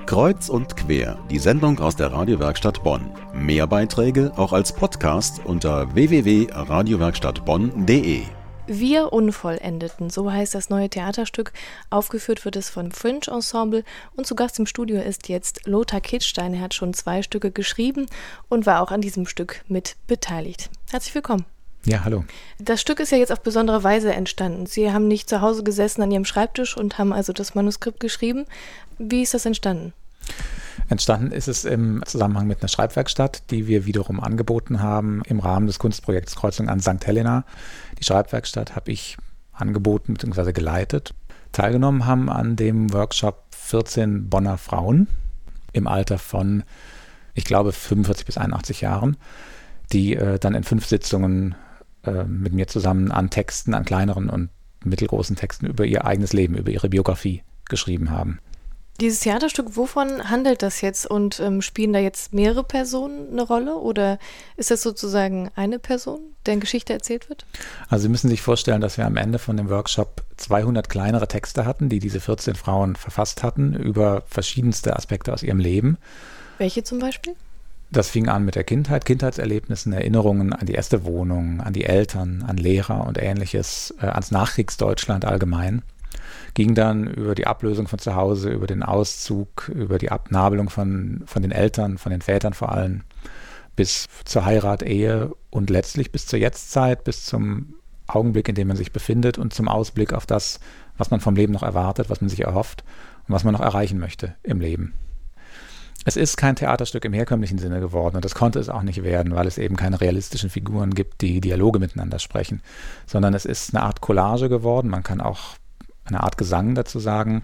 Kreuz und quer, die Sendung aus der Radiowerkstatt Bonn. Mehr Beiträge auch als Podcast unter www.radiowerkstattbonn.de. Wir Unvollendeten, so heißt das neue Theaterstück. Aufgeführt wird es vom Fringe Ensemble und zu Gast im Studio ist jetzt Lothar Kittstein. Er hat schon 2 Stücke geschrieben und war auch an diesem Stück mit beteiligt. Herzlich willkommen. Ja, hallo. Das Stück ist ja jetzt auf besondere Weise entstanden. Sie haben nicht zu Hause gesessen an Ihrem Schreibtisch und haben also das Manuskript geschrieben. Wie ist das entstanden? Entstanden ist es im Zusammenhang mit einer Schreibwerkstatt, die wir wiederum angeboten haben im Rahmen des Kunstprojekts Kreuzung an St. Helena. Die Schreibwerkstatt habe ich angeboten bzw. geleitet. Teilgenommen haben an dem Workshop 14 Bonner Frauen im Alter von, ich glaube, 45 bis 81 Jahren, die dann in 5 Sitzungen mit mir zusammen an Texten, an kleineren und mittelgroßen Texten über ihr eigenes Leben, über ihre Biografie geschrieben haben. Dieses Theaterstück, wovon handelt das jetzt und spielen da jetzt mehrere Personen eine Rolle oder ist das sozusagen eine Person, deren Geschichte erzählt wird? Also Sie müssen sich vorstellen, dass wir am Ende von dem Workshop 200 kleinere Texte hatten, die diese 14 Frauen verfasst hatten über verschiedenste Aspekte aus ihrem Leben. Welche zum Beispiel? Das fing an mit der Kindheit, Kindheitserlebnissen, Erinnerungen an die erste Wohnung, an die Eltern, an Lehrer und Ähnliches, ans Nachkriegsdeutschland allgemein. Ging dann über die Ablösung von zu Hause, über den Auszug, über die Abnabelung von den Eltern, von den Vätern vor allem, bis zur Heirat, Ehe und letztlich bis zur Jetztzeit, bis zum Augenblick, in dem man sich befindet und zum Ausblick auf das, was man vom Leben noch erwartet, was man sich erhofft und was man noch erreichen möchte im Leben. Es ist kein Theaterstück im herkömmlichen Sinne geworden und das konnte es auch nicht werden, weil es eben keine realistischen Figuren gibt, die Dialoge miteinander sprechen, sondern es ist eine Art Collage geworden, man kann auch eine Art Gesang dazu sagen,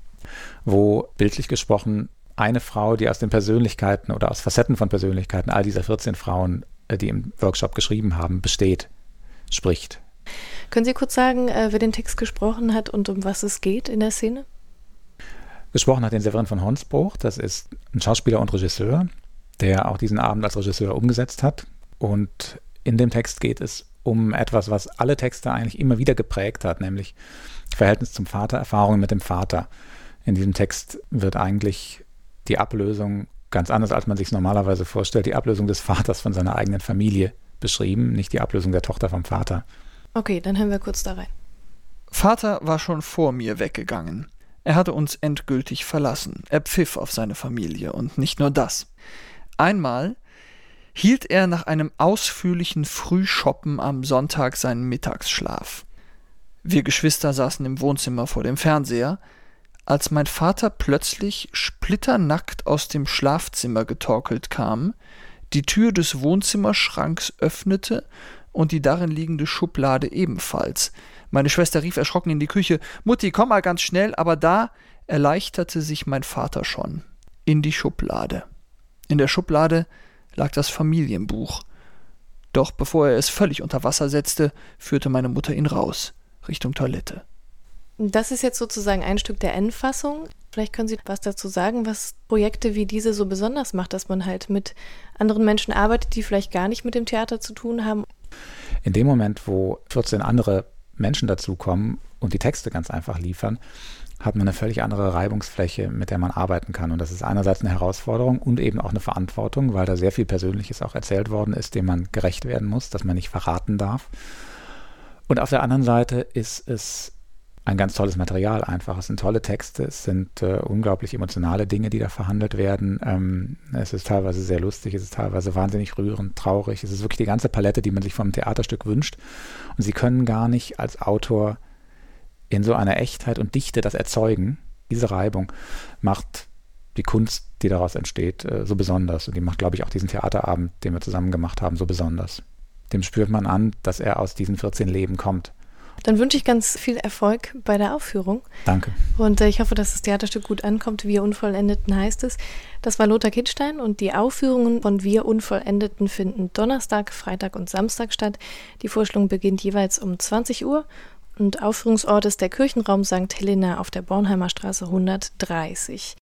wo bildlich gesprochen eine Frau, die aus den Persönlichkeiten oder aus Facetten von Persönlichkeiten all dieser 14 Frauen, die im Workshop geschrieben haben, besteht, spricht. Können Sie kurz sagen, wer den Text gesprochen hat und um was es geht in der Szene? Gesprochen hat den Severin von Honsbruch, das ist ein Schauspieler und Regisseur, der auch diesen Abend als Regisseur umgesetzt hat. Und in dem Text geht es um etwas, was alle Texte eigentlich immer wieder geprägt hat, nämlich Verhältnis zum Vater, Erfahrungen mit dem Vater. In diesem Text wird eigentlich die Ablösung, ganz anders als man sich es normalerweise vorstellt, die Ablösung des Vaters von seiner eigenen Familie beschrieben, nicht die Ablösung der Tochter vom Vater. Okay, dann hören wir kurz da rein. Vater war schon vor mir weggegangen. Er hatte uns endgültig verlassen. Er pfiff auf seine Familie und nicht nur das. Einmal hielt er nach einem ausführlichen Frühschoppen am Sonntag seinen Mittagsschlaf. Wir Geschwister saßen im Wohnzimmer vor dem Fernseher, als mein Vater plötzlich splitternackt aus dem Schlafzimmer getorkelt kam, die Tür des Wohnzimmerschranks öffnete und die darin liegende Schublade ebenfalls. Meine Schwester rief erschrocken in die Küche: »Mutti, komm mal ganz schnell«, aber da erleichterte sich mein Vater schon. In die Schublade. In der Schublade lag das Familienbuch. Doch bevor er es völlig unter Wasser setzte, führte meine Mutter ihn raus, Richtung Toilette. Das ist jetzt sozusagen ein Stück der Endfassung. Vielleicht können Sie was dazu sagen, was Projekte wie diese so besonders macht, dass man halt mit anderen Menschen arbeitet, die vielleicht gar nicht mit dem Theater zu tun haben. In dem Moment, wo 14 andere Menschen dazukommen und die Texte ganz einfach liefern, hat man eine völlig andere Reibungsfläche, mit der man arbeiten kann. Und das ist einerseits eine Herausforderung und eben auch eine Verantwortung, weil da sehr viel Persönliches auch erzählt worden ist, dem man gerecht werden muss, das man nicht verraten darf. Und auf der anderen Seite ist es ein ganz tolles Material einfach. Es sind tolle Texte, es sind unglaublich emotionale Dinge, die da verhandelt werden. Es ist teilweise sehr lustig, es ist teilweise wahnsinnig rührend, traurig. Es ist wirklich die ganze Palette, die man sich vom Theaterstück wünscht. Und Sie können gar nicht als Autor in so einer Echtheit und Dichte das erzeugen. Diese Reibung macht die Kunst, die daraus entsteht, so besonders. Und die macht, glaube ich, auch diesen Theaterabend, den wir zusammen gemacht haben, so besonders. Dem spürt man an, dass er aus diesen 14 Leben kommt. Dann wünsche ich ganz viel Erfolg bei der Aufführung. Danke. Und ich hoffe, dass das Theaterstück gut ankommt. Wir Unvollendeten heißt es. Das war Lothar Kittstein und die Aufführungen von Wir Unvollendeten finden Donnerstag, Freitag und Samstag statt. Die Vorstellung beginnt jeweils um 20 Uhr und Aufführungsort ist der Kirchenraum St. Helena auf der Bornheimer Straße 130.